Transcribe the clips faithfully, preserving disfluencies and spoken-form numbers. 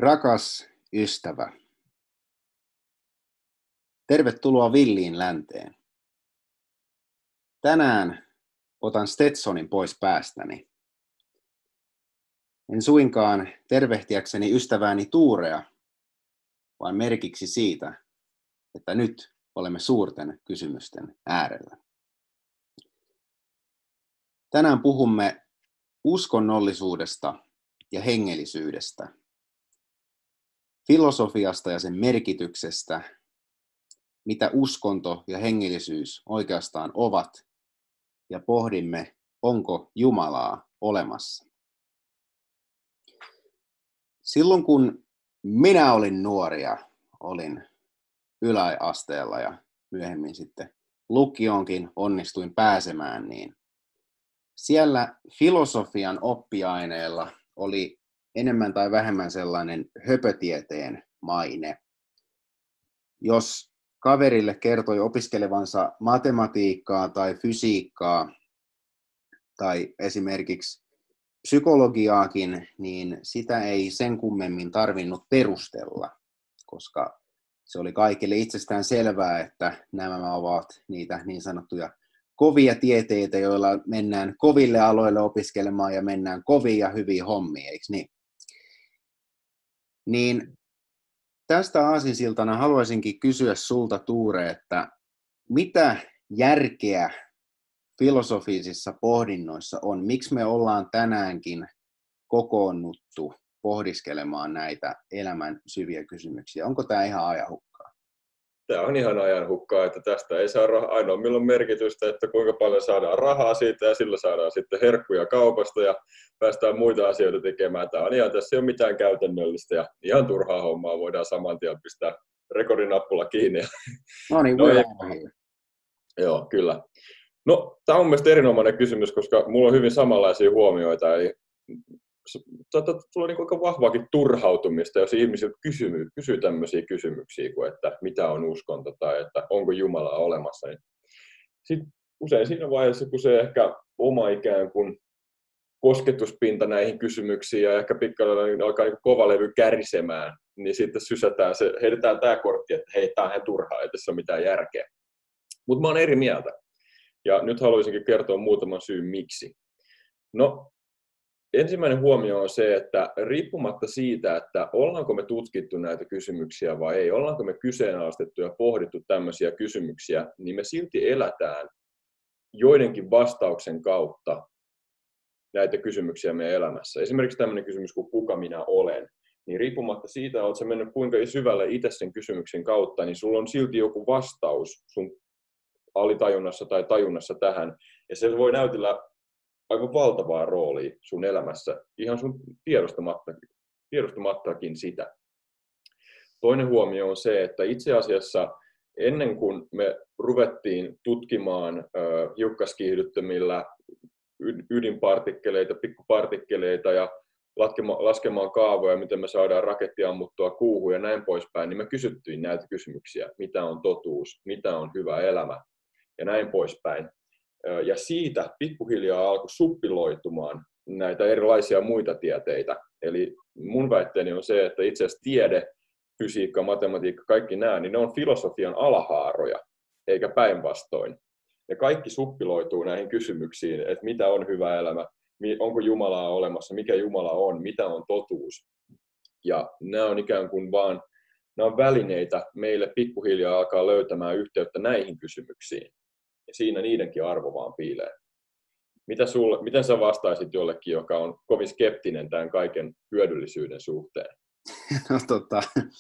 Rakas ystävä, tervetuloa villiin länteen. Tänään otan Stetsonin pois päästäni. En suinkaan tervehtiäkseni ystävääni Tuurea, vaan merkiksi siitä, että nyt olemme suurten kysymysten äärellä. Tänään puhumme uskonnollisuudesta ja hengellisyydestä, filosofiasta ja sen merkityksestä, mitä uskonto ja hengellisyys oikeastaan ovat, ja pohdimme, onko Jumalaa olemassa. Silloin kun minä olin nuoria, olin yläasteella ja myöhemmin sitten lukioonkin onnistuin pääsemään, niin siellä filosofian oppiaineella oli enemmän tai vähemmän sellainen höpötieteen maine. Jos kaverille kertoi opiskelevansa matematiikkaa tai fysiikkaa tai esimerkiksi psykologiaakin, niin sitä ei sen kummemmin tarvinnut perustella, koska se oli kaikille itsestään selvää, että nämä ovat niitä niin sanottuja kovia tieteitä, joilla mennään koville aloille opiskelemaan ja mennään kovia ja hyviä hommia, eikö niin? Niin tästä aasinsiltana haluaisinkin kysyä sulta, Tuure, että mitä järkeä filosofisissa pohdinnoissa on? Miksi me ollaan tänäänkin kokoonnuttu pohdiskelemaan näitä elämän syviä kysymyksiä? Onko tämä ihan ajanhukkaa? Tämä on ihan ajanhukkaa, että tästä ei saa rahaa. Ainoa milloin merkitystä, että kuinka paljon saadaan rahaa siitä ja sillä saadaan sitten herkkuja kaupasta ja päästään muita asioita tekemään. Tämä on ihan, tässä ei ole mitään käytännöllistä ja ihan turhaa hommaa voidaan saman tien pistää rekordinappula kiinni. No niin, no, ja, joo, kyllä. No, tämä on mielestäni erinomainen kysymys, koska mulla on hyvin samanlaisia huomioita. Eli tulee niin aika vahvaakin turhautumista, jos ihmisiltä kysyy, kysyy tämmöisiä kysymyksiä kuin, että mitä on uskonto tai että onko Jumalaa olemassa. Niin sitten usein siinä vaiheessa, kun se ehkä oma ikään kuin kosketuspinta näihin kysymyksiin ja ehkä pikkainen alkaa niin kova levy kärisemään, niin sitten sysätään se, heitetään tämä kortti, että hei, tämä on ihan turhaa, ei tässä ole mitään järkeä. Mutta mä oon eri mieltä. Ja nyt haluaisinkin kertoa muutaman syyn miksi. No, ensimmäinen huomio on se, että riippumatta siitä, että ollaanko me tutkittu näitä kysymyksiä vai ei, ollaanko me kyseenalaistettu ja pohdittu tämmöisiä kysymyksiä, niin me silti elätään joidenkin vastauksen kautta näitä kysymyksiä meidän elämässä. Esimerkiksi tämmöinen kysymys kuin kuka minä olen, niin riippumatta siitä, oletko sä mennyt kuinka syvälle itse sen kysymyksen kautta, niin sulla on silti joku vastaus sun alitajunnassa tai tajunnassa tähän, ja se voi näytellä aivan valtavaa roolia sun elämässä, ihan sun tiedostamattakin, tiedostamattakin sitä. Toinen huomio on se, että itse asiassa ennen kuin me ruvettiin tutkimaan äh, hiukkaskiihdyttämillä ydinpartikkeleita, pikkupartikkeleita ja laskemaan kaavoja, miten me saadaan raketti ammuttua kuuhun ja näin poispäin, niin me kysyttiin näitä kysymyksiä, mitä on totuus, mitä on hyvä elämä ja näin poispäin. Ja siitä pikkuhiljaa alkoi suppiloitumaan näitä erilaisia muita tieteitä. Eli mun väitteeni on se, että itse asiassa tiede, fysiikka, matematiikka, kaikki nämä, niin ne on filosofian alahaaroja, eikä päinvastoin. Ja kaikki suppiloituu näihin kysymyksiin, että mitä on hyvä elämä, onko Jumalaa olemassa, mikä Jumala on, mitä on totuus. Ja nämä on ikään kuin vaan nämä on välineitä meille pikkuhiljaa alkaa löytämään yhteyttä näihin kysymyksiin. Ja siinä niidenkin arvo vaan piilee. Mitä sulle, miten sä vastaisit jollekin, joka on kovin skeptinen tämän kaiken hyödyllisyyden suhteen? No tota,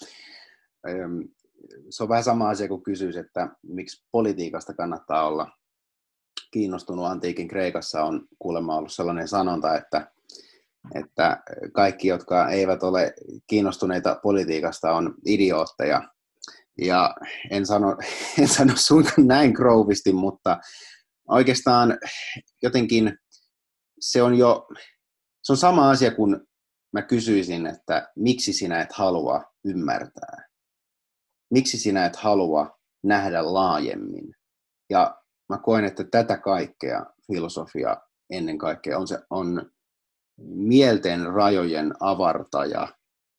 se on vähän sama asia kuin kysyisi, että miksi politiikasta kannattaa olla kiinnostunut. Antiikin Kreikassa on kuulemma ollut sellainen sanonta, että, että kaikki, jotka eivät ole kiinnostuneita politiikasta, on idiootteja. Ja en sano, en sano suinkaan näin krouvisti, mutta oikeastaan jotenkin se on jo, se on sama asia kuin mä kysyisin, että miksi sinä et halua ymmärtää? Miksi sinä et halua nähdä laajemmin? Ja mä koen, että tätä kaikkea filosofia ennen kaikkea on, se, on mielten rajojen avartaja.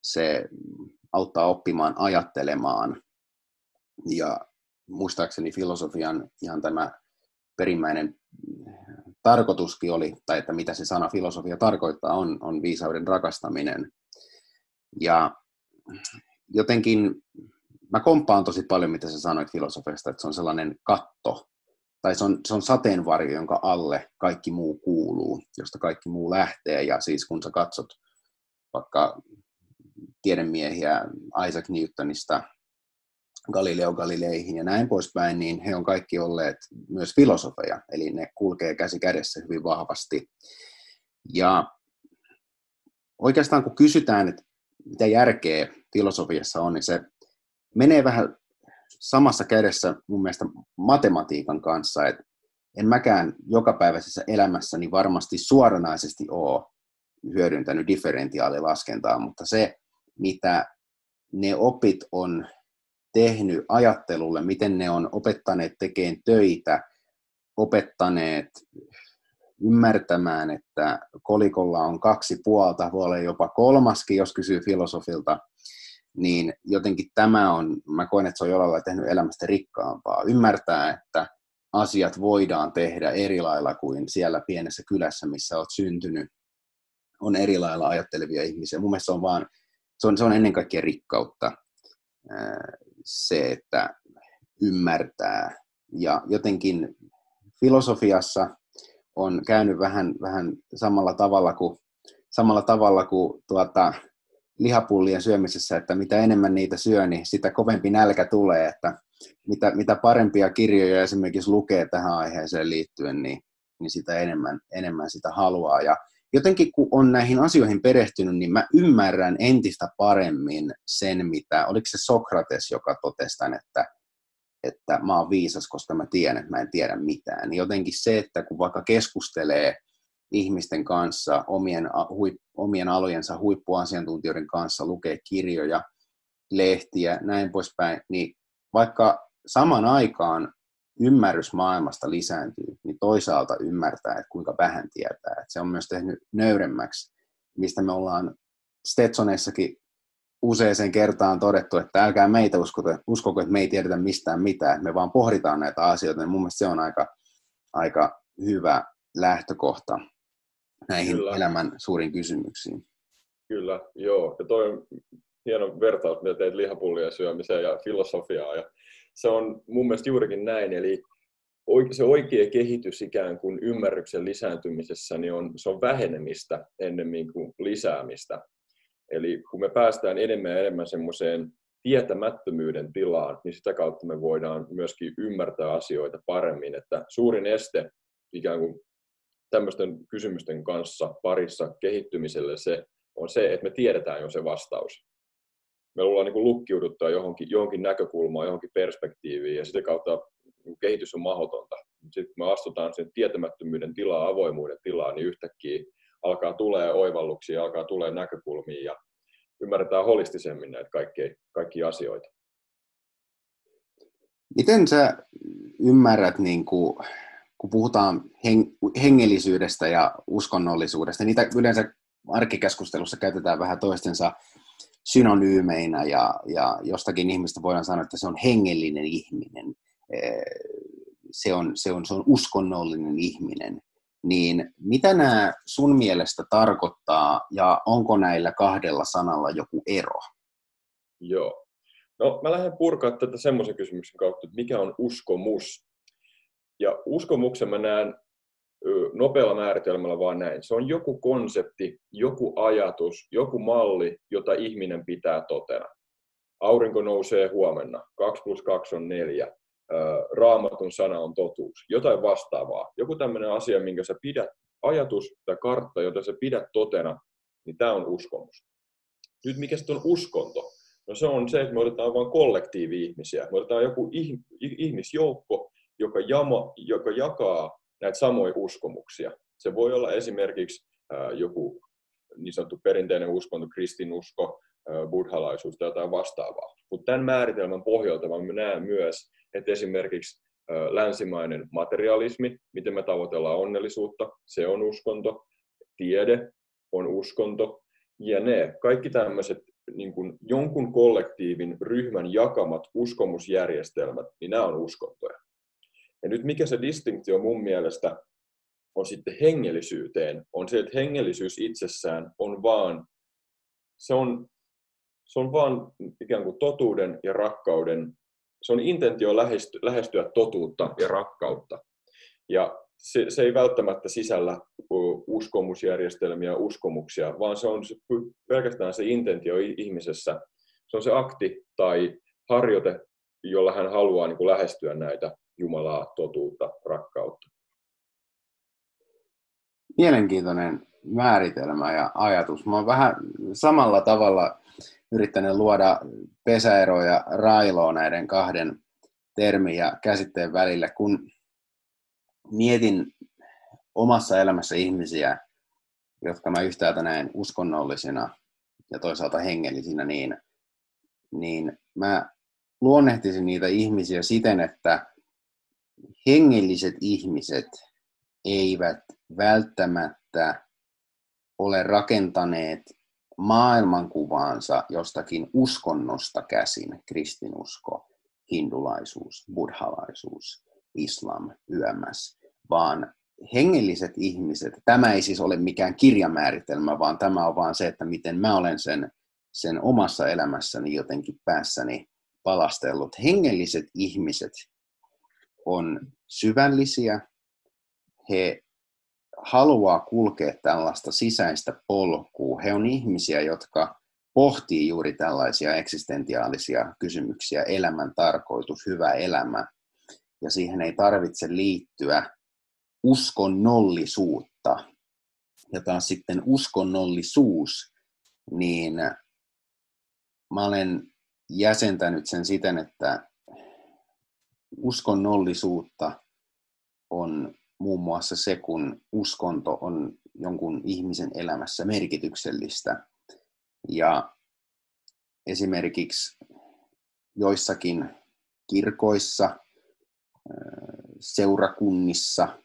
se auttaa oppimaan ajattelemaan. Ja muistaakseni filosofian ihan tämä perimmäinen tarkoituskin oli, tai että mitä se sana filosofia tarkoittaa, on, on viisauden rakastaminen. Ja jotenkin mä komppaan tosi paljon, mitä sä sanoit filosofiasta, että se on sellainen katto, tai se on, se on sateenvarjo, jonka alle kaikki muu kuuluu, josta kaikki muu lähtee. Ja siis kun sä katsot vaikka tiedemiehiä Isaac Newtonista Galileo Galileihin ja näin poispäin, niin he on kaikki olleet myös filosofeja, eli ne kulkee käsi kädessä hyvin vahvasti. Ja oikeastaan kun kysytään, että mitä järkeä filosofiassa on, niin se menee vähän samassa kädessä mun mielestä matematiikan kanssa, että en mäkään jokapäiväisessä elämässäni varmasti suoranaisesti ole hyödyntänyt differentiaalilaskentaa, mutta se, mitä ne opit on tehnyt ajattelulle, miten ne on opettaneet tekemään töitä, opettaneet ymmärtämään, että kolikolla on kaksi puolta, voi olla jopa kolmaskin, jos kysyy filosofilta, niin jotenkin tämä on, mä koen, että se on jollain lailla tehnyt elämästä rikkaampaa. Ymmärtää, että asiat voidaan tehdä eri lailla kuin siellä pienessä kylässä, missä olet syntynyt. On eri lailla ajattelevia ihmisiä. Mun mielestä se on, vaan, se on, se on ennen kaikkea rikkautta se, että ymmärtää. Ja jotenkin filosofiassa on käynyt vähän, vähän samalla tavalla kuin, samalla tavalla kuin tuota, lihapullien syömisessä, että mitä enemmän niitä syö, niin sitä kovempi nälkä tulee, että mitä, mitä parempia kirjoja esimerkiksi lukee tähän aiheeseen liittyen, niin, niin sitä enemmän, enemmän sitä haluaa. Ja jotenkin kun on näihin asioihin perehtynyt, niin mä ymmärrän entistä paremmin sen, mitä, oliko se Sokrates, joka totesi tämän, että, että mä oon viisas, koska mä tiedän, että mä en tiedä mitään. Niin jotenkin se, että kun vaikka keskustelee ihmisten kanssa, omien, huip, omien alojensa huippuasiantuntijoiden kanssa, lukee kirjoja, lehtiä, näin poispäin, niin vaikka saman aikaan ymmärrys maailmasta lisääntyy, niin toisaalta ymmärtää, että kuinka vähän tietää. Että se on myös tehnyt nöyremmäksi, mistä me ollaan Stetsoneissakin useaseen kertaan todettu, että älkää meitä uskoko, uskoko että me ei tiedetä mistään mitään, me vaan pohditaan näitä asioita, niin mun mielestä se on aika, aika hyvä lähtökohta näihin Kyllä. elämän suuriin kysymyksiin. Kyllä, joo. Ja toi on hieno vertaus, mitä teit lihapullien syömiseen ja filosofiaa. Ja se on mun mielestä juurikin näin. Eli se oikea kehitys ikään kuin ymmärryksen lisääntymisessä niin on, se on vähenemistä ennemmin kuin lisäämistä. Eli kun me päästään enemmän ja enemmän semmoiseen tietämättömyyden tilaan, niin sitä kautta me voidaan myöskin ymmärtää asioita paremmin. Että suurin este ikään kuin tämmöisten kysymysten kanssa parissa kehittymiselle se on se, että me tiedetään jo se vastaus. Me ollaan niin kuin lukkiuduttaa johonkin, johonkin näkökulmaan, johonkin perspektiiviin ja sitä kautta kehitys on mahdotonta. Sitten kun me astutaan sen tietämättömyyden tilaa, avoimuuden tilaa, niin yhtäkkiä alkaa tulee oivalluksia, alkaa tulee näkökulmia ja ymmärretään holistisemmin näitä kaikkia, kaikkia asioita. Miten sä ymmärrät, niin kuin, kun puhutaan hengellisyydestä ja uskonnollisuudesta, niitä yleensä arkikeskustelussa käytetään vähän toistensa synonyymeinä ja, ja jostakin ihmistä voidaan sanoa, että se on hengellinen ihminen, se on, se on, se on uskonnollinen ihminen. Niin mitä nämä sun mielestä tarkoittaa ja onko näillä kahdella sanalla joku ero? Joo. No mä lähden purkaa tätä semmoisen kysymyksen kautta, että mikä on uskomus. Ja uskomuksen mä näen nopealla määritelmällä vaan näin. Se on joku konsepti, joku ajatus, joku malli, jota ihminen pitää totena. Aurinko nousee huomenna, kaksi plus kaksi on neljä, Raamatun sana on totuus, jotain vastaavaa. Joku tämmöinen asia, minkä sä pidät, ajatus tai kartta, jota sä pidät totena, niin tämä on uskomus. Nyt mikä sitten on uskonto? No se on se, että me otetaan vain kollektiivi-ihmisiä. Me otetaan joku ihmisjoukko, joka, jama, joka jakaa näitä samoja uskomuksia. Se voi olla esimerkiksi äh, joku niin sanottu perinteinen uskonto, kristinusko, äh, buddhalaisuus tai jotain vastaavaa. Mutta tämän määritelmän pohjalta mä näen myös, että esimerkiksi äh, länsimainen materialismi, miten me tavoitellaan onnellisuutta, se on uskonto, tiede on uskonto, ja ne kaikki tämmöiset niin kuin jonkun kollektiivin, ryhmän jakamat uskomusjärjestelmät, niin nämä on uskontoja. Ja nyt mikä se distinktio mun mielestä on sitten hengellisyyteen, on se, että hengellisyys itsessään on vaan, se on, se on vaan ikään kuin totuuden ja rakkauden, se on intentio lähestyä, lähestyä totuutta ja rakkautta. Ja se, se ei välttämättä sisällä uskomusjärjestelmiä, uskomuksia, vaan se on se, pelkästään se intentio ihmisessä. Se on se akti tai harjoite, jolla hän haluaa niin kuin lähestyä näitä Jumalaa, totuutta, rakkautta. Mielenkiintoinen määritelmä ja ajatus. Mä oon vähän samalla tavalla yrittänyt luoda pesäeroa ja railoa näiden kahden termin ja käsitteen välillä, kun mietin omassa elämässä ihmisiä, jotka mä yhtäältä näen uskonnollisina ja toisaalta hengellisinä, niin, niin mä luonnehtisin niitä ihmisiä siten, että hengelliset ihmiset eivät välttämättä ole rakentaneet maailmankuvaansa jostakin uskonnosta käsin, kristinusko, hindulaisuus, buddhalaisuus, islam, yms, vaan hengelliset ihmiset, tämä ei siis ole mikään kirjamääritelmä, vaan tämä on vaan se, että miten mä olen sen, sen omassa elämässäni jotenkin päässäni palastellut. Hengelliset ihmiset on syvällisiä, he haluaa kulkea tällaista sisäistä polkua. He on ihmisiä, jotka pohtii juuri tällaisia eksistentiaalisia kysymyksiä, elämän tarkoitus, hyvä elämä. Ja siihen ei tarvitse liittyä uskonnollisuutta. Ja taas sitten uskonnollisuus, niin mä olen jäsentänyt sen siten, että uskonnollisuutta on muun muassa se, kun uskonto on jonkun ihmisen elämässä merkityksellistä. Ja esimerkiksi joissakin kirkoissa, seurakunnissa,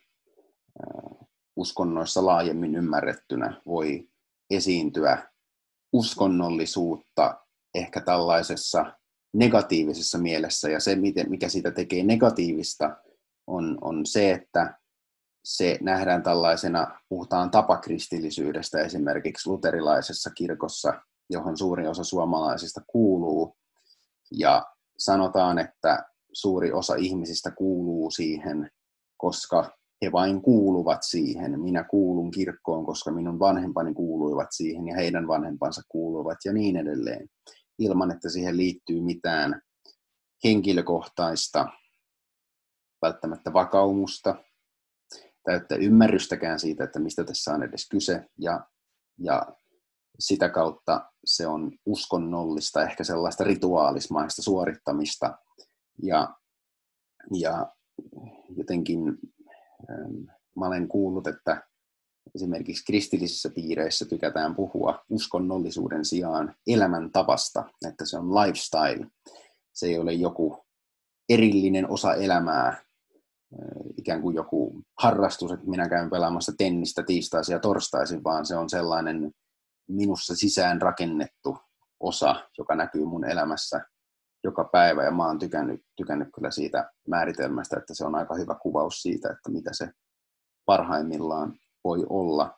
uskonnoissa laajemmin ymmärrettynä voi esiintyä uskonnollisuutta ehkä tällaisessa negatiivisessa mielessä. Ja se, mikä siitä tekee negatiivista, on, on se, että se nähdään tällaisena, puhutaan tapakristillisyydestä esimerkiksi luterilaisessa kirkossa, johon suurin osa suomalaisista kuuluu. Ja sanotaan, että suuri osa ihmisistä kuuluu siihen, koska he vain kuuluvat siihen. Minä kuulun kirkkoon, koska minun vanhempani kuuluivat siihen ja heidän vanhempansa kuuluvat ja niin edelleen. Ilman, että siihen liittyy mitään henkilökohtaista, välttämättä vakaumusta, täyttä ymmärrystäkään siitä, että mistä tässä on edes kyse. Ja, ja sitä kautta se on uskonnollista, ehkä sellaista rituaalismaista suorittamista. Ja, ja jotenkin ähm, mä olen kuullut, että esimerkiksi kristillisissä piireissä tykätään puhua uskonnollisuuden sijaan elämäntavasta, että se on lifestyle. Se ei ole joku erillinen osa elämää, ikään kuin joku harrastus, että minä käyn pelaamassa tennistä tiistaisin ja torstaisin, vaan se on sellainen minussa sisään rakennettu osa, joka näkyy mun elämässä joka päivä. Ja mä oon tykännyt, tykännyt kyllä siitä määritelmästä, että se on aika hyvä kuvaus siitä, että mitä se parhaimmillaan voi olla.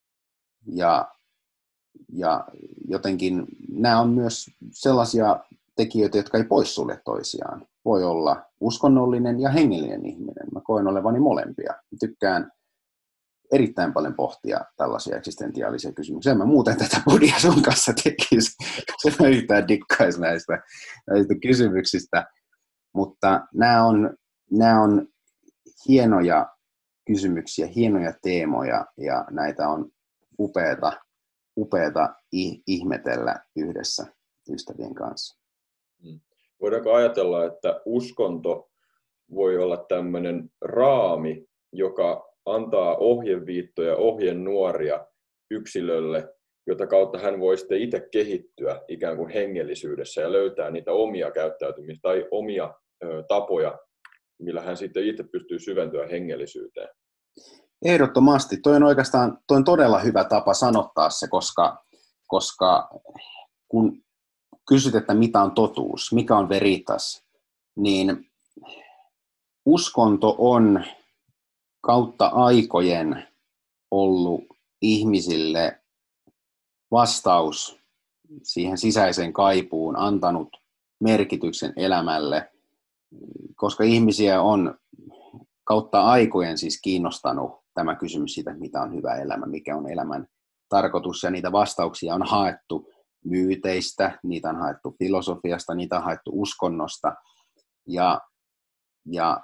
Ja, ja jotenkin nämä on myös sellaisia tekijöitä, jotka ei poissulje toisiaan. Voi olla uskonnollinen ja hengellinen ihminen. Mä koen olevani molempia. Mä tykkään erittäin paljon pohtia tällaisia eksistentiaalisia kysymyksiä. Mä muuten tätä podia sun kanssa tekisi, jos mä yhtään dikkaisi näistä, näistä kysymyksistä. Mutta nämä on, nämä on hienoja kysymyksiä, hienoja teemoja, ja näitä on upeata, upeata ihmetellä yhdessä ystävien kanssa. Voidaanko ajatella, että uskonto voi olla tämmöinen raami, joka antaa ohjeviittoja, ohjenuoria yksilölle, jota kautta hän voi sitten itse kehittyä ikään kuin hengellisyydessä ja löytää niitä omia käyttäytymistä tai omia ö, tapoja, millä hän sitten itse pystyy syventyä hengellisyyteen? Ehdottomasti. Toi on oikeastaan toi on todella hyvä tapa sanottaa se, koska, koska kun kysyt, että mitä on totuus, mikä on veritas, niin uskonto on kautta aikojen ollut ihmisille vastaus siihen sisäiseen kaipuun, antanut merkityksen elämälle, koska ihmisiä on kautta aikojen siis kiinnostanut tämä kysymys siitä, mitä on hyvä elämä, mikä on elämän tarkoitus, ja niitä vastauksia on haettu myyteistä, niitä on haettu filosofiasta, niitä on haettu uskonnosta, ja, ja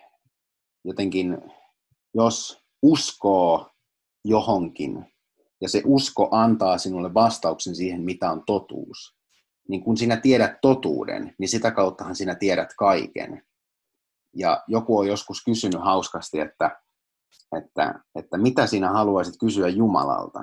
jotenkin jos uskoo johonkin, ja se usko antaa sinulle vastauksen siihen, mitä on totuus, niin kun sinä tiedät totuuden, niin sitä kauttahan sinä tiedät kaiken. Ja joku on joskus kysynyt hauskasti, että, että, että mitä sinä haluaisit kysyä Jumalalta.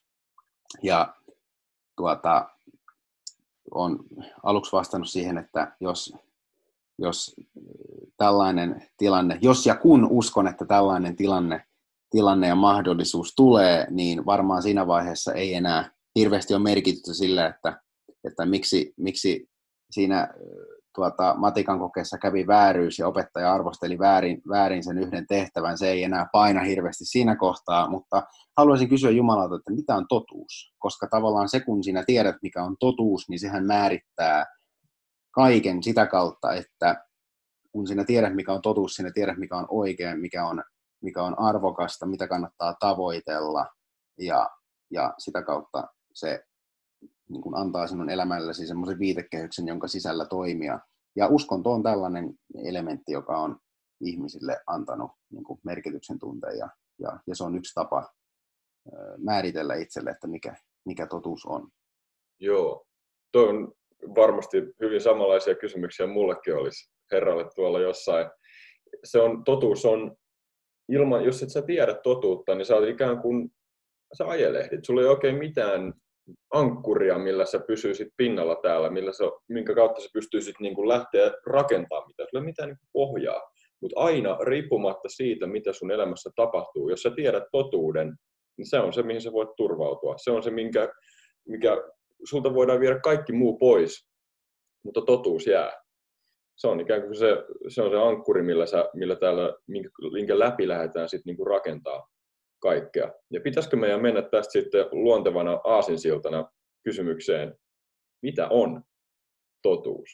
Ja tuota, olen aluksi vastannut siihen, että jos, jos tällainen tilanne, jos ja kun uskon, että tällainen tilanne, tilanne ja mahdollisuus tulee, niin varmaan siinä vaiheessa ei enää hirveästi ole merkitystä sille, että, että miksi, miksi siinä tuota, matikan kokeessa kävi vääryys ja opettaja arvosteli väärin, väärin sen yhden tehtävän. Se ei enää paina hirveästi siinä kohtaa, mutta haluaisin kysyä Jumalalta, että mitä on totuus? Koska tavallaan se, kun sinä tiedät, mikä on totuus, niin sehän määrittää kaiken sitä kautta, että kun sinä tiedät, mikä on totuus, sinä tiedät, mikä on oikein, mikä on, mikä on arvokasta, mitä kannattaa tavoitella, ja, ja sitä kautta se niin kuin antaa sinun elämällesi semmoisen viitekehyksen, jonka sisällä toimia. Ja uskonto on tällainen elementti, joka on ihmisille antanut niin kuin merkityksen tunteen, ja, ja, ja se on yksi tapa määritellä itselle, että mikä, mikä totuus on. Joo, toi on varmasti hyvin samanlaisia kysymyksiä mullekin olisi herralle tuolla jossain. Se on, totuus on, ilman, jos et sä tiedä totuutta, niin sä oot ikään kuin, sä ajelehdit. Sulla ei oikein mitään ankkuria, millä sä pysyisit pinnalla täällä, millä sä, minkä kautta sä pystyisit niin kuin lähteä rakentamaan mitään. Sulla ei mitään niin kuin pohjaa. Mutta aina, riippumatta siitä, mitä sun elämässä tapahtuu, jos sä tiedät totuuden, niin se on se, mihin sä voit turvautua. Se on se, minkä, mikä sulta voidaan viedä kaikki muu pois, mutta totuus jää. Se on ikään kuin se, se, on se ankkuri, millä, sä, millä täällä, minkä, minkä läpi lähdetään sitten niin kuin rakentaa kaikkea. Ja pitäisikö meidän mennä tästä sitten luontevana aasinsiltana kysymykseen, mitä on totuus?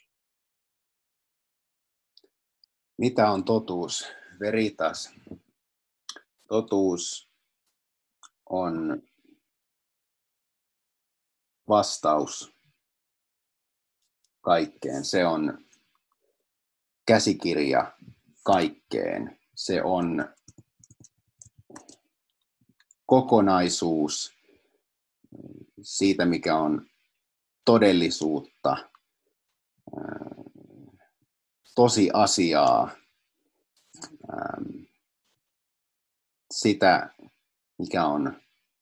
Mitä on totuus? Veritas. Totuus on vastaus kaikkeen. Se on käsikirja kaikkeen. Se on kokonaisuus siitä, mikä on todellisuutta, tosiasiaa, sitä, mikä on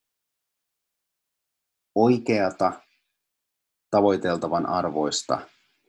oikeata, tavoiteltavan arvoista.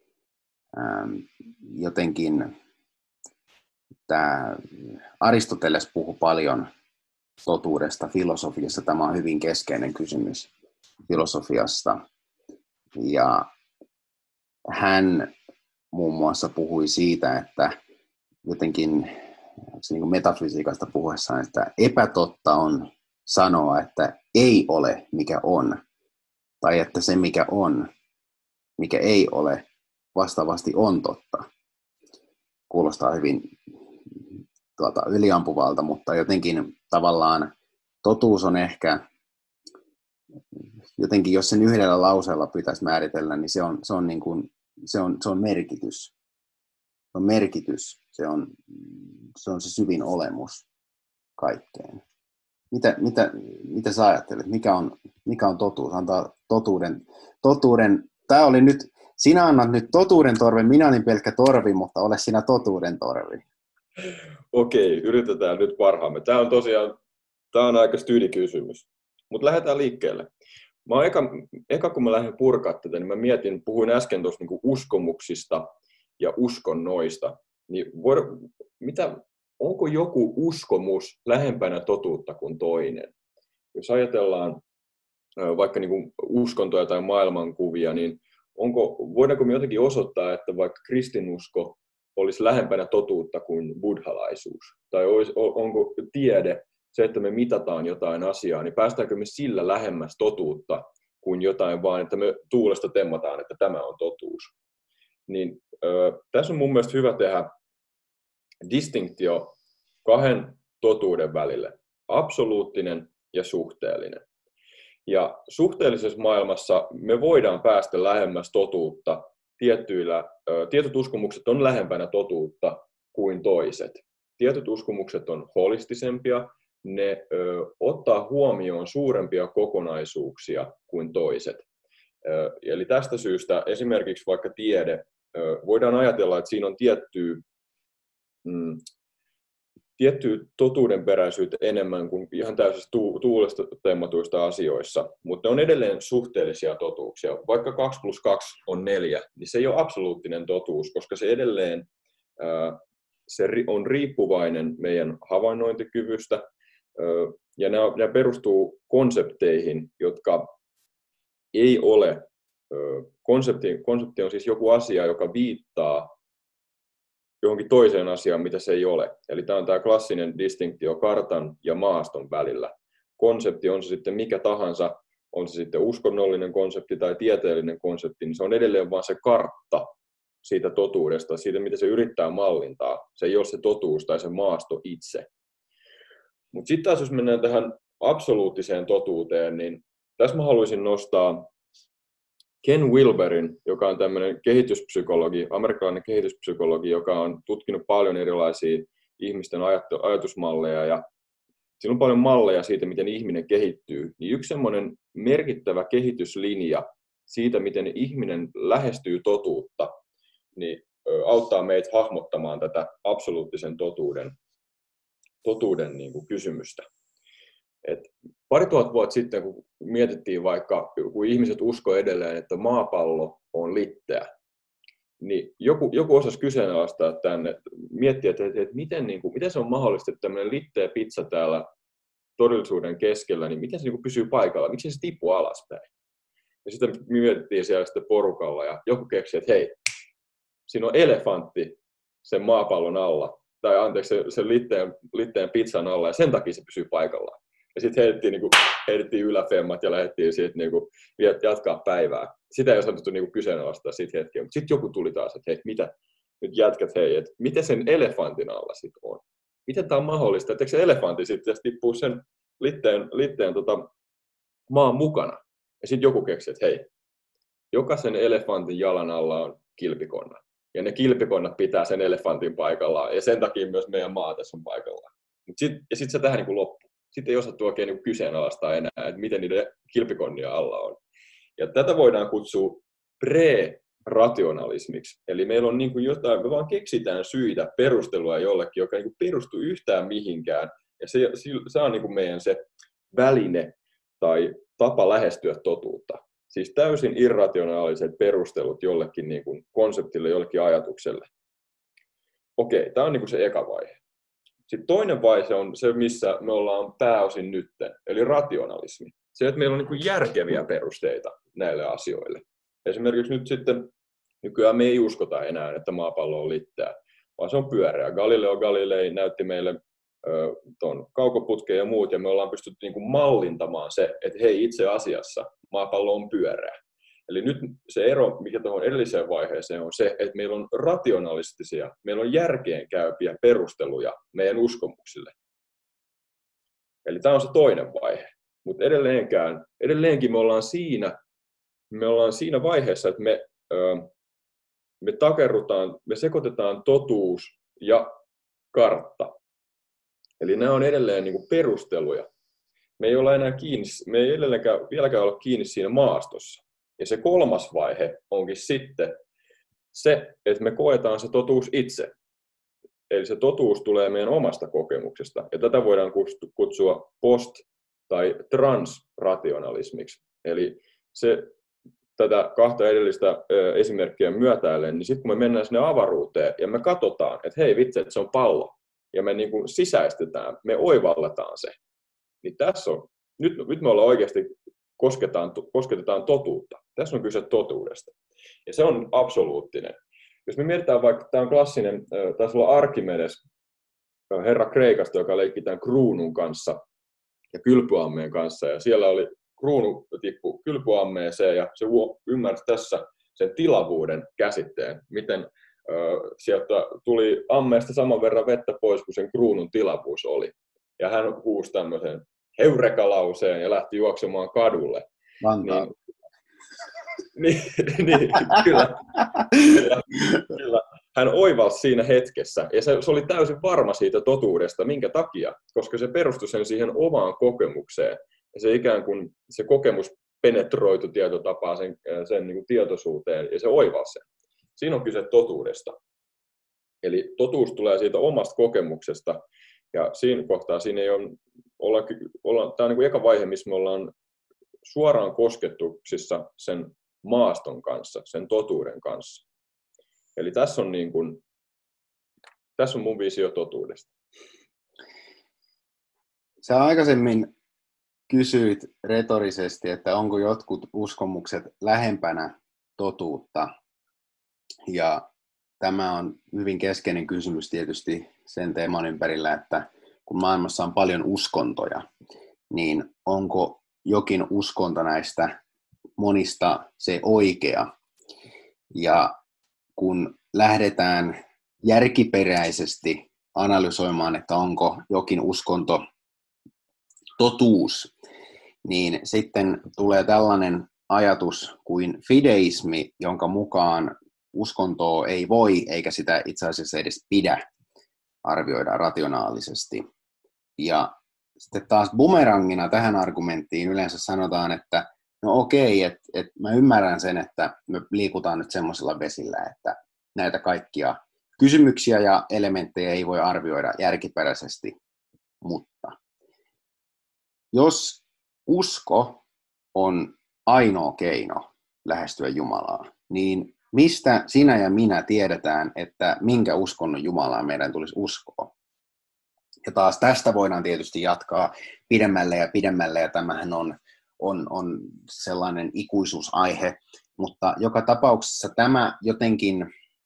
Jotenkin tämä Aristoteles puhui paljon totuudesta filosofiassa. Tämä on hyvin keskeinen kysymys filosofiasta. Ja hän muun muassa puhui siitä, että jotenkin niin kuin metafysiikasta puhuessaan, että epätotta on sanoa, että ei ole mikä on, tai että se mikä on, mikä ei ole, vastaavasti on totta. Kuulostaa hyvin tuota, yliampuvalta, mutta jotenkin tavallaan totuus on ehkä, jotenkin jos sen yhdellä lauseella pitäisi määritellä, niin se on, se on, niin kuin, se on, se on merkitys. Se on merkitys, se on se, on se syvin olemus kaikkeen. Mitä, mitä, mitä sä ajattelet? Mikä on, mikä on totuus? Antaa totuuden, totuuden. Tämä oli nyt, sinä annat nyt totuuden torven, minä olin pelkkä torvi, mutta ole sinä totuuden torvi. Okei, yritetään nyt parhaamme. Tämä on tosiaan, tämä on aika stydikysymys, mutta lähdetään liikkeelle. Mä eka, eka kun mä lähdin purkaa tätä, niin mä mietin, puhuin äsken tuosta niin kuin uskomuksista ja uskonnoista. Niin voida, mitä, onko joku uskomus lähempänä totuutta kuin toinen? Jos ajatellaan vaikka niin kuin uskontoja tai maailmankuvia, niin onko, voidaanko me jotenkin osoittaa, että vaikka kristinusko olisi lähempänä totuutta kuin buddhalaisuus? Tai olisi, onko tiede, se, että me mitataan jotain asiaa, niin päästäänkö me sillä lähemmäs totuutta kuin jotain vaan, että me tuulesta temmataan, että tämä on totuus? Niin, ö, tässä on mun mielestä hyvä tehdä distinktio kahden totuuden välille, absoluuttinen ja suhteellinen. Ja suhteellisessa maailmassa me voidaan päästä lähemmäs totuutta, tietyillä, ö, tietyt uskomukset on lähempänä totuutta kuin toiset. Tietyt uskomukset on holistisempia, ne ö, ottaa huomioon suurempia kokonaisuuksia kuin toiset. Ö, eli tästä syystä esimerkiksi vaikka tiede, ö, voidaan ajatella, että siinä on tiettyä, mm, tiettyä totuudenperäisyyttä enemmän kuin ihan täysin tu- tuulesta temmatuista asioissa, mutta ne on edelleen suhteellisia totuuksia. Vaikka kaksi plus kaksi on neljä, niin se ei ole absoluuttinen totuus, koska se edelleen ö, se on riippuvainen meidän havainnointikyvystä, ja nämä, nämä perustuu konsepteihin, jotka ei ole, konsepti, konsepti on siis joku asia, joka viittaa johonkin toiseen asiaan, mitä se ei ole. Eli tämä on tämä klassinen distinktio kartan ja maaston välillä. Konsepti on se sitten mikä tahansa, on se sitten uskonnollinen konsepti tai tieteellinen konsepti, niin se on edelleen vain se kartta siitä totuudesta, siitä mitä se yrittää mallintaa. Se ei ole se totuus tai se maasto itse. Mutta sitten taas jos mennään tähän absoluuttiseen totuuteen, niin tässä mä haluaisin nostaa Ken Wilberin, joka on tämmöinen kehityspsykologi, amerikkalainen kehityspsykologi, joka on tutkinut paljon erilaisia ihmisten ajatusmalleja ja siinä on paljon malleja siitä, miten ihminen kehittyy. Niin yksi semmoinen merkittävä kehityslinja siitä, miten ihminen lähestyy totuutta, niin auttaa meitä hahmottamaan tätä absoluuttisen totuuden totuuden niin kuin kysymystä. Et pari tuhat vuotta sitten, kun mietittiin vaikka, kun ihmiset uskoo edelleen, että maapallo on litteä, niin joku, joku osasi kyseenalaistaa tänne, miettiä, että, että, että miten, niin kuin, miten se on mahdollista, että tämmöinen litteä pizza täällä todellisuuden keskellä, niin miten se niin kuin pysyy paikalla, miksi se tippuu alaspäin. Ja sitten mietittiin siellä sitten porukalla ja joku keksi, että hei, siinä on elefantti sen maapallon alla. Tai anteeksi, se, se litteen, litteen pizzan alla, ja sen takia se pysyy paikallaan. Ja sitten heitettiin, niin kuin, heitettiin yläfemmat ja lähdettiin siitä niin kuin, jatkaa päivää. Sitä ei osattu niin kuin, kyseenalaistaa siitä hetkeä, mutta sitten joku tuli taas, että hei, mitä nyt jätkät, hei, että miten sen elefantin alla sitten on? Miten tämä on mahdollista, että se elefantti sitten tippuu sen litteen, litteen tota, maan mukana? Ja sitten joku keksi, että hei, jokaisen elefantin jalan alla on kilpikonna. Ja ne kilpikonnat pitää sen elefantin paikallaan. Ja sen takia myös meidän maa tässä on paikallaan. Mut sit, ja sitten se tähän niin loppuu. Sitten ei osattu oikein niin kyseenalaistaa enää, että miten niiden kilpikonnia alla on. Ja tätä voidaan kutsua pre-rationalismiksi. Eli meillä on niin kuin jotain, me vaan keksitään syitä, perustelua jollekin, joka ei niin perustu yhtään mihinkään. Ja se, se on niin kuin meidän se väline tai tapa lähestyä totuutta. Siis täysin irrationaaliset perustelut jollekin niin kuin konseptille, jollekin ajatukselle. Okei, tämä on niin kuin se eka vaihe. Sitten toinen vaihe on se, missä me ollaan pääosin nytten, eli rationalismi. Se, että meillä on niin kuin järkeviä perusteita näille asioille. Esimerkiksi nyt sitten, nykyään me ei uskota enää, että maapallo on litteä, vaan se on pyöreä. Galileo Galilei näytti meille ö, ton kaukoputken ja muut, ja me ollaan pystytty niin kuin mallintamaan se, että hei, itse asiassa maapallo on pyöreä. Eli nyt se ero, mikä tuohon edelliseen vaiheeseen on se, että meillä on rationalistisia, meillä on järkeenkäypiä perusteluja meidän uskomuksille. Eli tämä on se toinen vaihe. Mutta edelleenkään, edelleenkin me ollaan siinä, me ollaan siinä vaiheessa, että me, ö, me takerrutaan, me sekoitetaan totuus ja kartta. Eli nämä on edelleen niin kuin perusteluja. Me ei olla enää kiinni, me ei edelleenkään, vieläkään olla kiinni siinä maastossa. Ja se kolmas vaihe onkin sitten se, että me koetaan se totuus itse. Eli se totuus tulee meidän omasta kokemuksesta. Ja tätä voidaan kutsua post- tai transrationalismiksi. Eli se, tätä kahta edellistä esimerkkiä myötäillen, niin sitten kun me mennään sinne avaruuteen ja me katsotaan, että hei vitsi, että se on pallo, ja me niin kuin sisäistetään, me oivalletaan se, niin tässä on, nyt, nyt me ollaan oikeasti kosketaan, kosketetaan totuutta. Tässä on kyse totuudesta. Ja se on absoluuttinen. Jos me mietitään vaikka, tämä on klassinen, taisi olla Arkimedes, herra Kreikasta, joka leikki tämän kruunun kanssa ja kylpyammeen kanssa. Ja siellä oli kruunu tippu kylpyammeeseen ja se ymmärsi tässä sen tilavuuden käsitteen, miten ö, sieltä tuli ammeesta saman verran vettä pois kuin sen kruunun tilavuus oli. Ja hän huusi tämmöisen heurekalauseen ja lähti juoksemaan kadulle. Vantaan. Niin, niin, kyllä, kyllä, kyllä. Hän oivalsi siinä hetkessä, ja se, se oli täysin varma siitä totuudesta. Minkä takia? Koska se perustui sen siihen omaan kokemukseen. Ja se ikään kuin se kokemus penetroitu tietotapaa sen, sen niin kuin tietoisuuteen, ja se oivalsi sen. Siinä on kyse totuudesta. Eli totuus tulee siitä omasta kokemuksesta, ja siinä kohtaa siinä ei ole, olla, olla, tämä on niin kuin eka vaihe, missä me ollaan suoraan kosketuksissa sen maaston kanssa, sen totuuden kanssa. Eli tässä on, niin kuin, tässä on mun visio totuudesta. Sä aikaisemmin kysyit retorisesti, että onko jotkut uskomukset lähempänä totuutta. Ja tämä on hyvin keskeinen kysymys tietysti sen teeman ympärillä, että kun maailmassa on paljon uskontoja, niin onko jokin uskonto näistä monista se oikea. Ja kun lähdetään järkiperäisesti analysoimaan, että onko jokin uskonto totuus, niin sitten tulee tällainen ajatus kuin fideismi, jonka mukaan uskontoa ei voi eikä sitä itse asiassa edes pidä arvioida rationaalisesti. Ja sitten taas bumerangina tähän argumenttiin yleensä sanotaan, että no okei, että et mä ymmärrän sen, että me liikutaan nyt semmoisella vesillä, että näitä kaikkia kysymyksiä ja elementtejä ei voi arvioida järkiperäisesti, mutta jos usko on ainoa keino lähestyä Jumalaa, niin mistä sinä ja minä tiedetään, että minkä uskonnon Jumalaa meidän tulisi uskoa? Ja taas tästä voidaan tietysti jatkaa pidemmälle ja pidemmälle, ja tämähän on, on, on sellainen ikuisuusaihe, mutta joka tapauksessa tämä jotenkin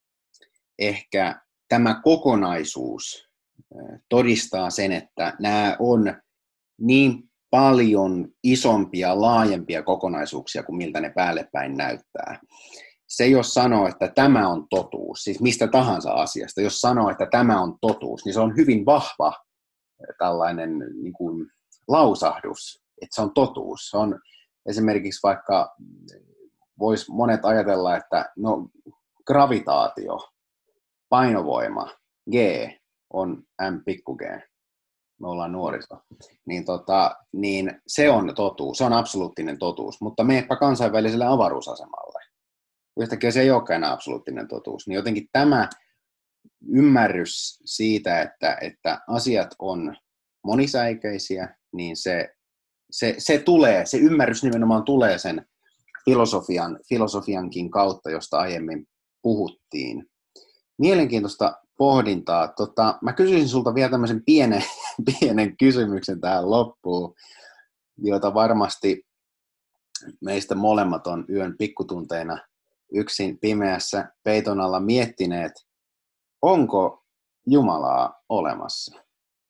ehkä tämä kokonaisuus todistaa sen, että nämä on niin paljon isompia, laajempia kokonaisuuksia kuin miltä ne päälle päin näyttää. Se, jos sanoo, että tämä on totuus, siis mistä tahansa asiasta, jos sanoo, että tämä on totuus, niin se on hyvin vahva tällainen niin kuin lausahdus, että se on totuus. Se on esimerkiksi vaikka, vois monet ajatella, että no, gravitaatio, painovoima, G on M pikku G, me ollaan nuoriso, niin, tota, niin se on totuus, se on absoluuttinen totuus, mutta meepä kansainväliselle avaruusasemalle. Yhtäkkiä se ei olekaan enää absoluuttinen totuus. Niin jotenkin tämä ymmärrys siitä, että, että asiat on monisäikeisiä, niin se, se, se tulee, se ymmärrys nimenomaan tulee sen filosofian, filosofiankin kautta, josta aiemmin puhuttiin. Mielenkiintoista pohdintaa. Tota, mä kysyisin sulta vielä tämmöisen pienen, pienen kysymyksen tähän loppuun, jota varmasti meistä molemmat on yön pikkutunteina yksin pimeässä peiton alla miettineet, onko Jumalaa olemassa?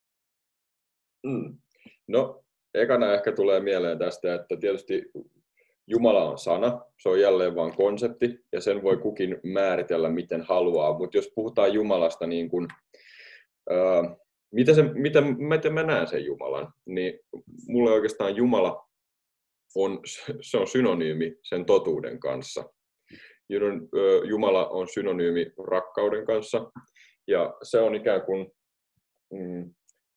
Mm. No, ekana ehkä tulee mieleen tästä, että tietysti Jumala on sana, se on jälleen vain konsepti, ja sen voi kukin määritellä miten haluaa, mutta jos puhutaan Jumalasta, niin kuin, ää, miten, se, miten, miten mä näen sen Jumalan, niin mulle oikeastaan Jumala on, se on synonyymi sen totuuden kanssa. Jumala on synonyymi rakkauden kanssa, ja se on ikään kuin, mm,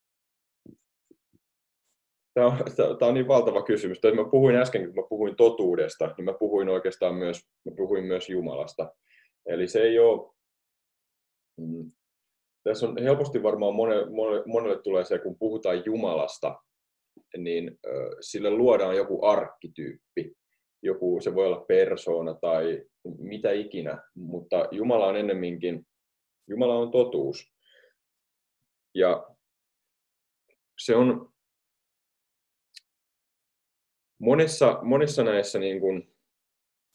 tämä on, tämä on niin valtava kysymys. Mä puhuin äsken, kun mä puhuin totuudesta, niin mä puhuin oikeastaan myös, mä puhuin myös Jumalasta. Eli se ei ole, mm, tässä on helposti varmaan monelle, monelle tulee se, kun puhutaan Jumalasta, niin äh, sille luodaan joku arkkityyppi. Joku, se voi olla persoona tai mitä ikinä, mutta Jumala on ennemminkin, Jumala on totuus. Ja se on monissa, monissa näissä niin kuin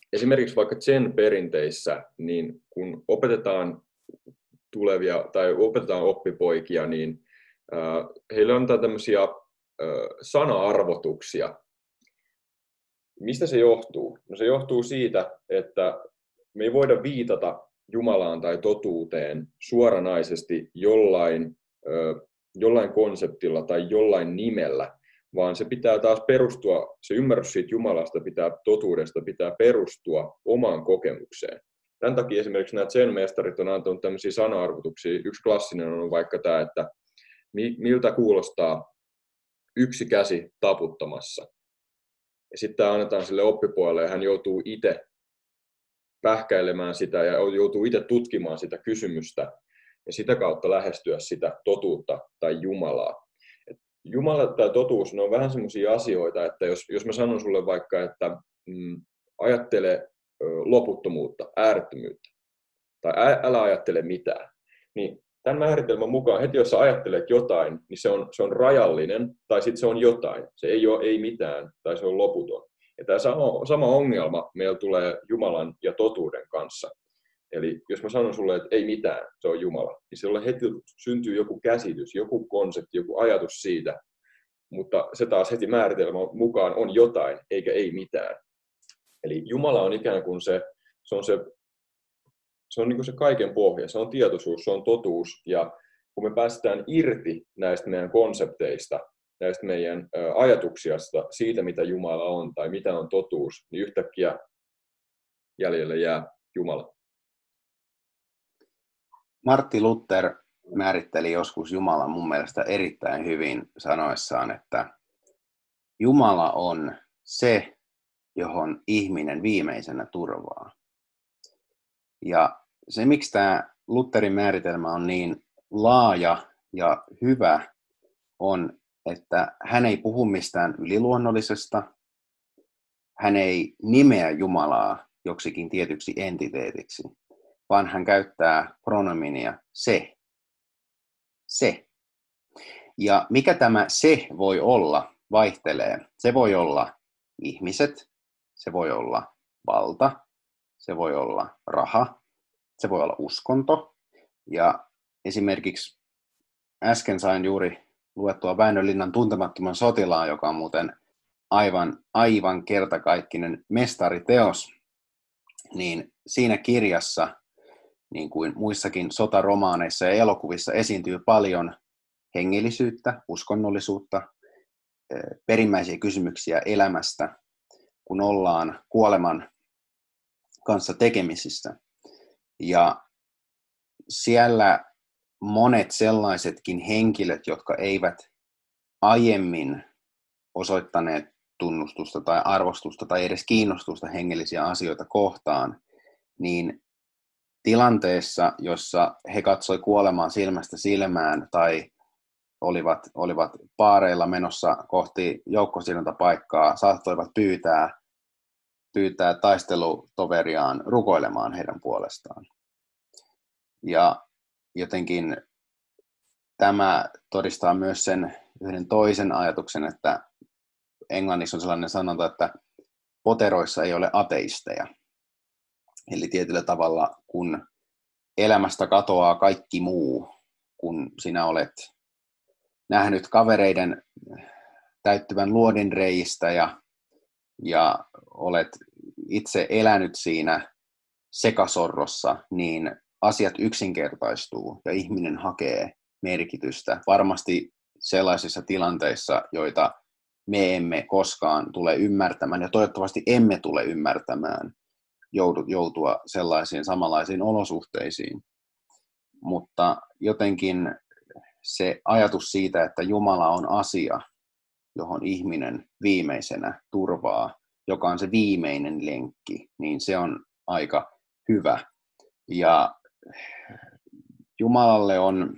esimerkiksi vaikka Zen-perinteissä, niin kun opetetaan tulevia tai opetetaan oppipoikia, niin heille on tämmöisiä sana-arvotuksia. Mistä se johtuu? No se johtuu siitä, että me ei voida viitata Jumalaan tai totuuteen suoranaisesti jollain, jollain konseptilla tai jollain nimellä, vaan se pitää taas perustua, se ymmärrys siitä Jumalasta, pitää, totuudesta pitää perustua omaan kokemukseen. Tämän takia esimerkiksi nämä Zen-mestarit on antanut tämmöisiä sana-arvotuksia. Yksi klassinen on vaikka tämä, että miltä kuulostaa yksi käsi taputtamassa. Ja sitten tämä annetaan sille oppipojalle ja hän joutuu itse pähkäilemään sitä ja joutuu itse tutkimaan sitä kysymystä ja sitä kautta lähestyä sitä totuutta tai Jumalaa. Et Jumala tai totuus, ne on vähän semmoisia asioita, että jos, jos mä sanon sulle vaikka, että mm, ajattele ö, loputtomuutta, äärettömyyttä tai ä, älä ajattele mitään, niin tämän määritelmän mukaan heti jos sä ajattelet jotain, niin se on, se on rajallinen tai sitten se on jotain. Se ei ole ei mitään tai se on loputon. Ja tämä sama, sama ongelma meillä tulee Jumalan ja totuuden kanssa. Eli jos mä sanon sulle, että ei mitään, se on Jumala, niin sulle heti syntyy joku käsitys, joku konsepti, joku ajatus siitä, mutta se taas heti määritelmän mukaan on jotain, eikä ei mitään. Eli Jumala on ikään kuin se, se on se, se on niin kuin se kaiken pohja, se on tietoisuus, se on totuus, ja kun me päästään irti näistä meidän konsepteista, näistä meidän ajatuksista siitä, mitä Jumala on tai mitä on totuus, niin yhtäkkiä jäljelle jää Jumala. Martti Luther määritteli joskus Jumalan mun mielestä erittäin hyvin sanoessaan, että Jumala on se, johon ihminen viimeisenä turvaa. Ja se, miksi tämä Lutherin määritelmä on niin laaja ja hyvä, on, että hän ei puhu mistään yliluonnollisesta, hän ei nimeä Jumalaa joksikin tietyksi entiteetiksi, vaan hän käyttää pronominia se. Se. Ja mikä tämä se voi olla, vaihtelee. Se voi olla ihmiset, se voi olla valta, se voi olla raha, se voi olla uskonto. Ja esimerkiksi äsken sain juuri luettua Väinölinnan Tuntemattoman sotilaan, joka on muuten aivan, aivan kertakaikkinen mestariteos, niin siinä kirjassa, niin kuin muissakin sotaromaaneissa ja elokuvissa, esiintyy paljon hengellisyyttä, uskonnollisuutta, perimmäisiä kysymyksiä elämästä, kun ollaan kuoleman kanssa tekemisissä. Ja siellä monet sellaisetkin henkilöt, jotka eivät aiemmin osoittaneet tunnustusta tai arvostusta tai edes kiinnostusta hengellisiä asioita kohtaan, niin tilanteessa, jossa he katsoi kuolemaan silmästä silmään tai olivat, olivat paareilla menossa kohti joukkosidontapaikkaa, saattoivat pyytää, pyytää taistelutoveriaan rukoilemaan heidän puolestaan. Ja jotenkin tämä todistaa myös sen yhden toisen ajatuksen, että englannissa on sellainen sanonta, että poteroissa ei ole ateisteja. Eli tietyllä tavalla, kun elämästä katoaa kaikki muu, kun sinä olet nähnyt kavereiden täyttyvän luodinreistä ja, ja olet itse elänyt siinä sekasorrossa, niin asiat yksinkertaistuu ja ihminen hakee merkitystä. Varmasti sellaisissa tilanteissa, joita me emme koskaan tule ymmärtämään ja toivottavasti emme tule ymmärtämään joutua sellaisiin samanlaisiin olosuhteisiin. Mutta jotenkin se ajatus siitä, että Jumala on asia, johon ihminen viimeisenä turvaa, joka on se viimeinen lenkki, niin se on aika hyvä. Ja Jumalalle on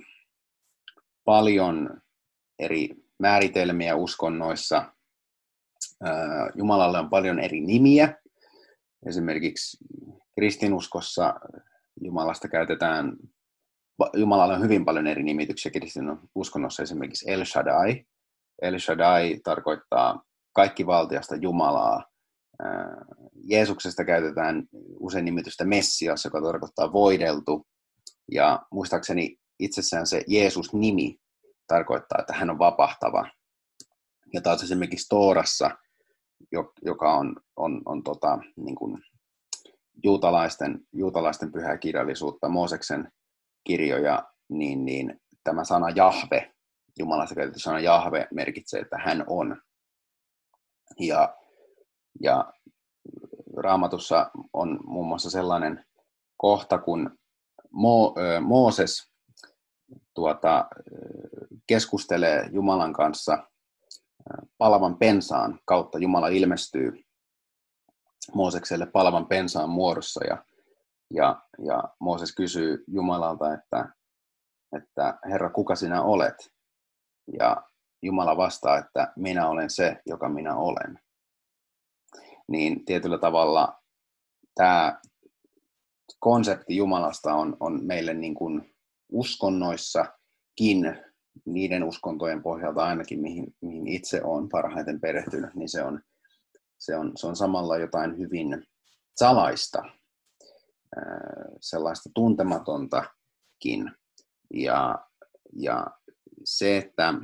paljon eri määritelmiä uskonnoissa. Jumalalle on paljon eri nimiä. Esimerkiksi kristinuskossa Jumalasta käytetään, Jumalalle on hyvin paljon eri nimityksiä kristinuskossa, esimerkiksi El Shaddai. El Shaddai tarkoittaa kaikkivaltiasta Jumalaa. Jeesuksesta käytetään usein nimitystä Messias, joka tarkoittaa voideltu. Ja muistaakseni itsessään se Jeesus-nimi tarkoittaa, että hän on vapahtava. Ja taas esimerkiksi Toorassa, joka on, on, on tota, niin kuin juutalaisten, juutalaisten pyhää kirjallisuutta, Mooseksen kirjoja, niin, niin tämä sana Jahve, Jumalasta käytetty sana Jahve, merkitsee, että hän on. Ja, ja Raamatussa on muun muassa sellainen kohta, kun Mo, ö, Mooses tuota, keskustelee Jumalan kanssa palavan pensaan kautta. Jumala ilmestyy Moosekselle palavan pensaan muodossa ja, ja, ja Mooses kysyy Jumalalta, että, että Herra, kuka sinä olet? Ja Jumala vastaa, että minä olen se, joka minä olen. Niin tietyllä tavalla tämä konsepti Jumalasta on, on meille niin kuin uskonnoissakin, niiden uskontojen pohjalta ainakin, mihin, mihin itse olen parhaiten perehtynyt, niin se on, se on, se on samalla jotain hyvin salaista, sellaista tuntematontakin. Ja, ja se, että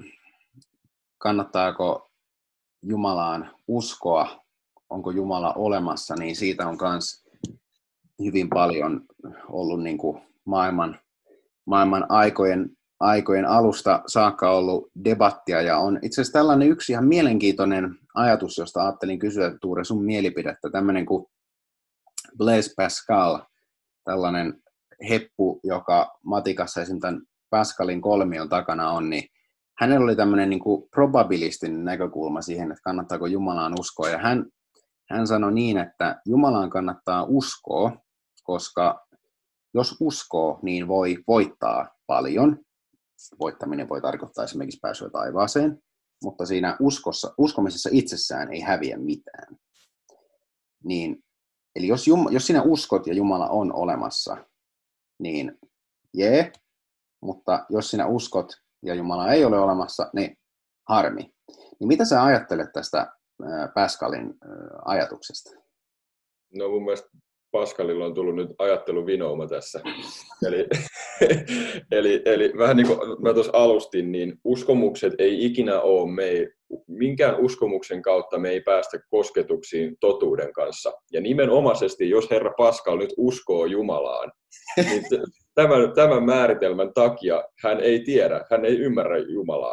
kannattaako Jumalaan uskoa, onko Jumala olemassa, niin siitä on myös hyvin paljon ollut niin kuin maailman, maailman aikojen, aikojen alusta saakka ollut debattia. Ja on itse asiassa tällainen yksi ihan mielenkiintoinen ajatus, josta ajattelin kysyä, Tuure, sun mielipidettä. Tämmöinen kuin Blaise Pascal, tällainen heppu, joka matikassa esim. Tämän Pascalin kolmion takana on, niin hänellä oli tämmöinen niin kuin probabilistinen näkökulma siihen, että kannattaako Jumalaan uskoa. Ja hän, hän sanoi niin, että Jumalaan kannattaa uskoa, koska jos uskoo, niin voi voittaa paljon. Voittaminen voi tarkoittaa esimerkiksi pääsyä taivaaseen, mutta siinä uskossa, uskomisessa itsessään ei häviä mitään. Niin, eli jos, Jum, jos sinä uskot ja Jumala on olemassa, niin jee, mutta jos sinä uskot ja Jumala ei ole olemassa, niin harmi. Niin mitä sä ajattelet tästä Pascalin ajatuksesta? No mun mielestä Pascalilla on tullut nyt ajatteluvinouma tässä. eli, eli, eli vähän niin kuin mä tuossa alustin, niin uskomukset ei ikinä ole me, minkään uskomuksen kautta me ei päästä kosketuksiin totuuden kanssa. Ja nimenomaisesti, jos Herra Pascal nyt uskoo Jumalaan, niin tämän, tämän määritelmän takia hän ei tiedä, hän ei ymmärrä Jumalaa.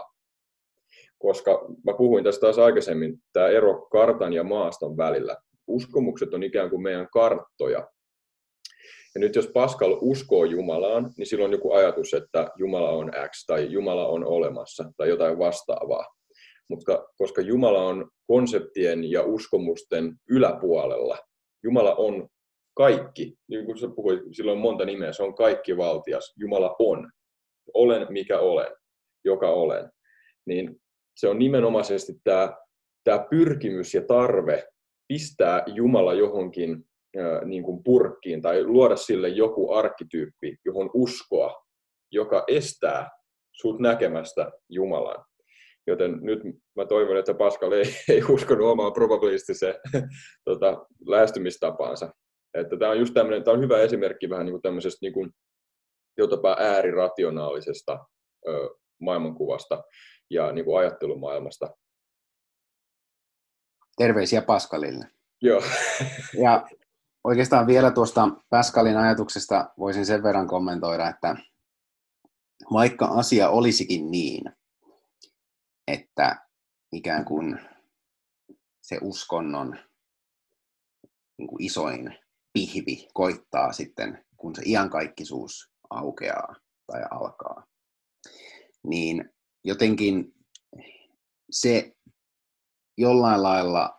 Koska mä puhuin tästä taas aikaisemmin, tämä ero kartan ja maaston välillä. Uskomukset on ikään kuin meidän karttoja. Ja nyt jos Pascal uskoo Jumalaan, niin silloin on joku ajatus, että Jumala on X tai Jumala on olemassa tai jotain vastaavaa. Mutta koska Jumala on konseptien ja uskomusten yläpuolella, Jumala on kaikki, niin kuin sä puhuit, sillä on monta nimeä, se on kaikki valtias. Jumala on. Olen mikä olen, joka olen. Niin se on nimenomaisesti tämä, tämä pyrkimys ja tarve pistää Jumala johonkin äh, niin kuin purkkiin tai luoda sille joku arkkityyppi, johon uskoa, joka estää sut näkemästä Jumalan. Joten nyt mä toivon, että Pascal ei, ei uskonut omaan probabilistiseen tota, lähestymistapaansa. Että tämä on just tämmöinen, tämä on hyvä esimerkki vähän niin kuin tämmöisestä niin kuin jopa äärirationaalisesta ö, maailmankuvasta ja niin kuin ajattelumaailmasta. Terveisiä Pascalille. Joo. Ja oikeastaan vielä tuosta Pascalin ajatuksesta voisin sen verran kommentoida, että vaikka asia olisikin niin, että ikään kuin se uskonnon niin kuin isoin pihvi koittaa sitten, kun se iankaikkisuus aukeaa tai alkaa, niin jotenkin se jollain lailla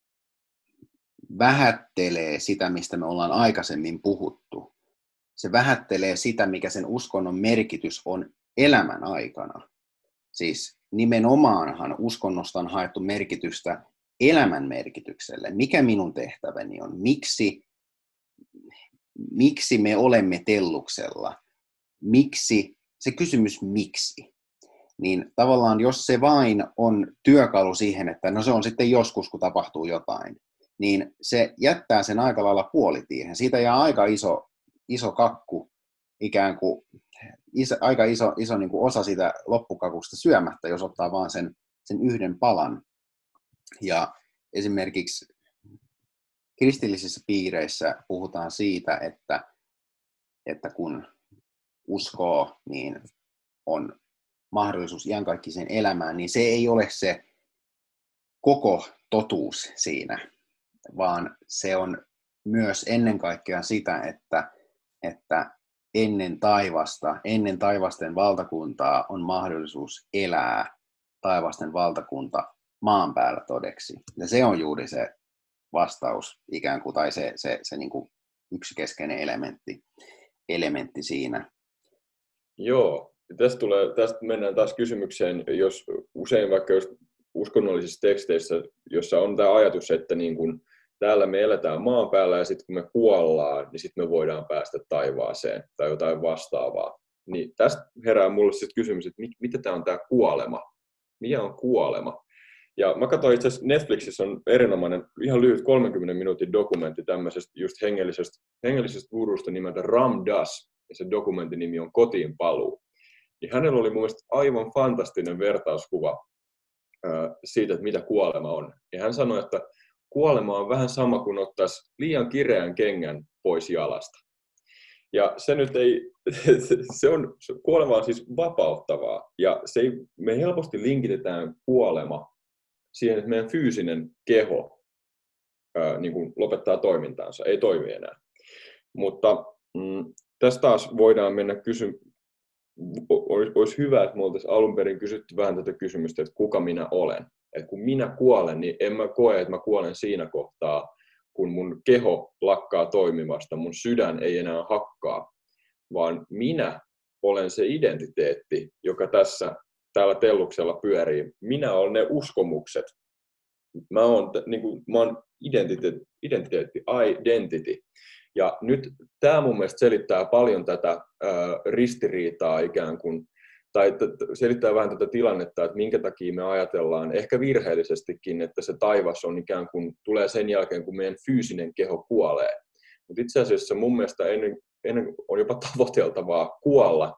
vähättelee sitä, mistä me ollaan aikaisemmin puhuttu. Se vähättelee sitä, mikä sen uskonnon merkitys on elämän aikana. Siis nimenomaanhan uskonnosta on haettu merkitystä elämän merkitykselle. Mikä minun tehtäväni on? Miksi, miksi me olemme telluksella? Miksi? Se kysymys miksi? Niin tavallaan jos se vain on työkalu siihen, että no se on sitten joskus, kun tapahtuu jotain, niin se jättää sen aika lailla puolitiehen. Siitä jää aika iso, iso kakku, ikään kuin iso, aika iso, iso niin kuin osa siitä loppukakusta syömättä, jos ottaa vaan sen, sen yhden palan. Ja esimerkiksi kristillisissä piireissä puhutaan siitä, että, että kun uskoo, niin on mahdollisuus iankaikkiseen elämään, niin se ei ole se koko totuus siinä, vaan se on myös ennen kaikkea sitä, että, että ennen taivasta, ennen taivasten valtakuntaa on mahdollisuus elää taivasten valtakunta maan päällä todeksi. Ja se on juuri se vastaus ikään kuin, tai se, se, se niin kuin yksi keskeinen elementti, elementti siinä. Joo, tästä, tulee, tästä mennään taas kysymykseen, jos usein vaikka jos uskonnollisissa teksteissä, jossa on tämä ajatus, että niin kun täällä me eletään maan päällä ja sitten kun me kuollaan, niin sitten me voidaan päästä taivaaseen tai jotain vastaavaa. Niin tästä herää mulle sitten kysymys, että mit, mitä tämä on tämä kuolema? Mikä on kuolema? Ja mä katsoin itse asiassa Netflixissä on erinomainen, ihan lyhyt kolmenkymmenen minuutin dokumentti tämmöisestä just hengellisestä, hengellisestä gurusta nimeltä Ram Dass, ja se dokumentin nimi on Kotiin paluu. Ja hänellä oli mun mielestä aivan fantastinen vertauskuva ää, siitä, että mitä kuolema on. Ja hän sanoi, että kuolema on vähän sama kuin ottaisi liian kireän kengän pois jalasta. Ja se nyt ei, se on, kuolema on siis vapauttavaa, ja se ei, me helposti linkitetään kuolema siihen, että meidän fyysinen keho ää, niin kuin lopettaa toimintaansa, ei toimi enää. Mutta mm, tässä taas voidaan mennä kysymään, olisi, olisi hyvä, että me oltaisiin alun perin kysytty vähän tätä kysymystä, että kuka minä olen. Että kun minä kuolen, niin en mä koe, että mä kuolen siinä kohtaa, kun mun keho lakkaa toimimasta, mun sydän ei enää hakkaa, vaan minä olen se identiteetti, joka tässä täällä telluksella pyörii. Minä olen ne uskomukset. Mä oon, niin kuin, mä oon identiteetti, identiteetti, identity. Ja nyt tämä mun mielestä selittää paljon tätä ää, ristiriitaa ikään kuin, tai t- selittää vähän tätä tilannetta, että minkä takia me ajatellaan, ehkä virheellisestikin, että se taivas on ikään kuin, tulee sen jälkeen, kun meidän fyysinen keho kuolee. Mutta itse asiassa mun mielestä ennen, ennen on jopa tavoiteltavaa kuolla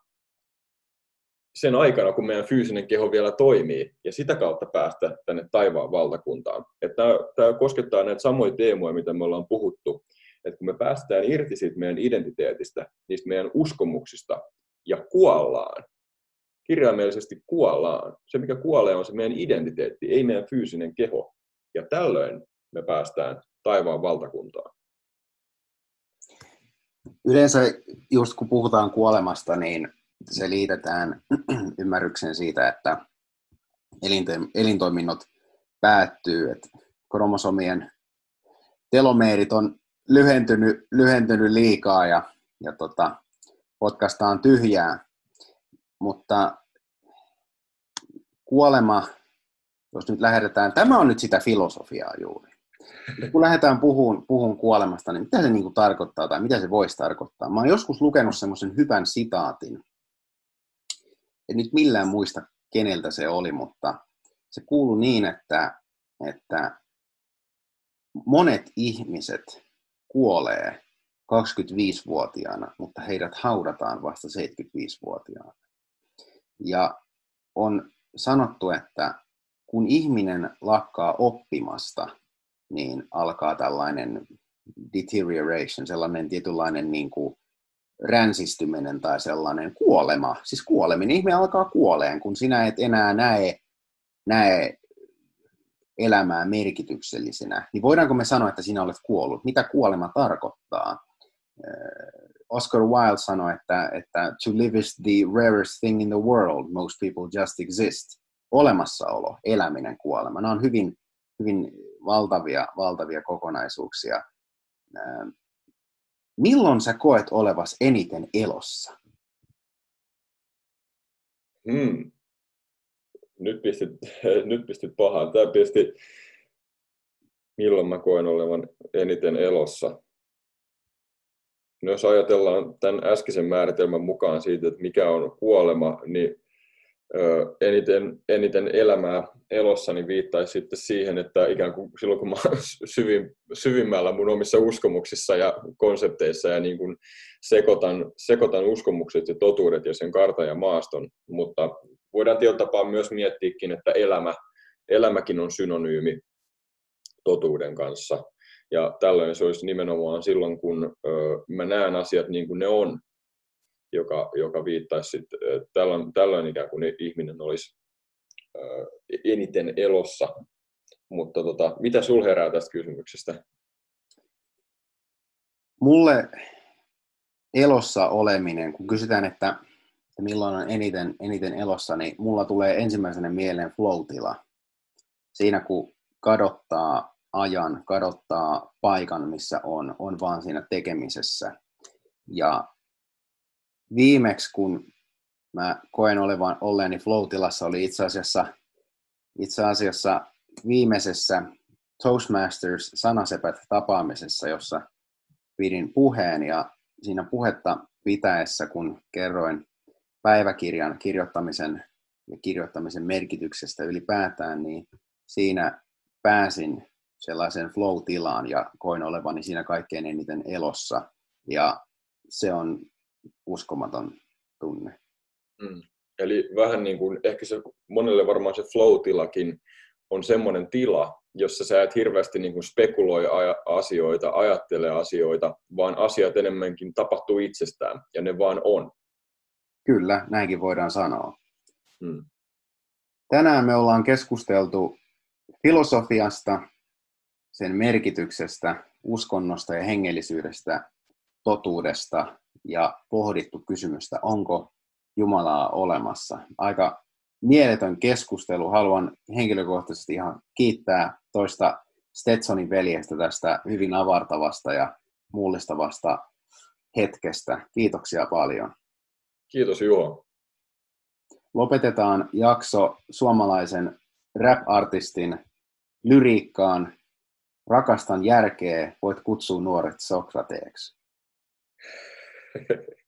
sen aikana, kun meidän fyysinen keho vielä toimii, ja sitä kautta päästä tänne taivaan valtakuntaan. Tämä koskettaa näitä samoja teemoja, mitä me ollaan puhuttu, että kun me päästään irti siitä meidän identiteetistä, niistä meidän uskomuksista, ja kuollaan, kirjaimellisesti kuollaan. Se, mikä kuolee, on se meidän identiteetti, ei meidän fyysinen keho. Ja tällöin me päästään taivaan valtakuntaan. Yleensä just kun puhutaan kuolemasta, niin se liitetään ymmärrykseen siitä, että elintoiminnot päättyy, että kromosomien telomeerit on lyhentynyt, lyhentynyt liikaa ja, ja tota, potkaistaan tyhjää. Mutta kuolema, jos nyt lähdetään, tämä on nyt sitä filosofiaa juuri. Kun lähdetään puhumaan, puhumaan kuolemasta, niin mitä se niin kuin tarkoittaa tai mitä se voisi tarkoittaa? Mä oon joskus lukenut semmoisen hyvän sitaatin. En nyt millään muista, keneltä se oli, mutta se kuului niin, että, että monet ihmiset kuolee kaksikymmentäviisivuotiaana, mutta heidät haudataan vasta seitsemänkymmentäviisivuotiaana. Ja on sanottu, että kun ihminen lakkaa oppimasta, niin alkaa tällainen deterioration, sellainen tietynlainen niin kuin ränsistyminen tai sellainen kuolema. Siis kuoleminen, ihminen alkaa kuoleen, kun sinä et enää näe, näe elämää merkityksellisenä. Niin voidaanko me sanoa, että sinä olet kuollut? Mitä kuolema tarkoittaa? Oscar Wilde sanoi, että, että to live is the rarest thing in the world. Most people just exist. Olemassaolo, eläminen, kuolema. Nämä on hyvin, hyvin valtavia, valtavia kokonaisuuksia. Milloin sä koet olevas eniten elossa? Hmm. Nyt pistit, nyt pistit pahaan. Tämä pisti, milloin mä koen olevan eniten elossa. No jos ajatellaan tämän äskeisen määritelmän mukaan siitä, että mikä on kuolema, niin eniten, eniten elämää elossa, niin viittaisi sitten siihen, että ikään kuin silloin kun mä olen syvin, syvimmällä mun omissa uskomuksissa ja konsepteissa ja niin kuin sekoitan, sekoitan uskomukset ja totuudet ja sen kartan ja maaston, mutta voidaan tietyllä tapaa myös miettiäkin, että elämä, elämäkin on synonyymi totuuden kanssa. Ja tällöin se olisi nimenomaan silloin, kun ö, mä näen asiat niin kuin ne on, joka, joka viittaisi sitten, tällöin, tällöin ikään kuin ihminen olisi ö, eniten elossa. Mutta tota, mitä sul herää tästä kysymyksestä? Mulle elossa oleminen, kun kysytään, että milloin on eniten, eniten elossa, niin mulla tulee ensimmäisenä mieleen flow-tila. Siinä kun kadottaa ajan, kadottaa paikan, missä on, on vaan siinä tekemisessä. Ja viimeksi, kun mä koen olevan olleeni flow-tilassa, oli itse asiassa, itse asiassa viimeisessä Toastmasters-sanasepät-tapaamisessa, jossa pidin puheen, ja siinä puhetta pitäessä, kun kerroin päiväkirjan kirjoittamisen ja kirjoittamisen merkityksestä ylipäätään, niin siinä pääsin sellaiseen flow-tilaan ja koin olevani siinä kaikkein eniten elossa, ja se on uskomaton tunne. Mm. Eli vähän niin kuin, ehkä se, monelle varmaan se flow-tilakin on semmoinen tila, jossa sä et hirveästi niin kuin spekuloi asioita, ajattele asioita, vaan asiat enemmänkin tapahtuu itsestään, ja ne vaan on. Kyllä, näinkin voidaan sanoa. Mm. Tänään me ollaan keskusteltu filosofiasta, sen merkityksestä, uskonnosta ja hengellisyydestä, totuudesta ja pohdittu kysymystä, onko Jumalaa olemassa. Aika mieletön keskustelu. Haluan henkilökohtaisesti ihan kiittää toista Stetsonin veljestä tästä hyvin avartavasta ja mullistavasta hetkestä. Kiitoksia paljon. Kiitos Juho. Lopetetaan jakso suomalaisen rap-artistin lyriikkaan. Rakastan järkeä, voit kutsua nuoret Sokrateeksi.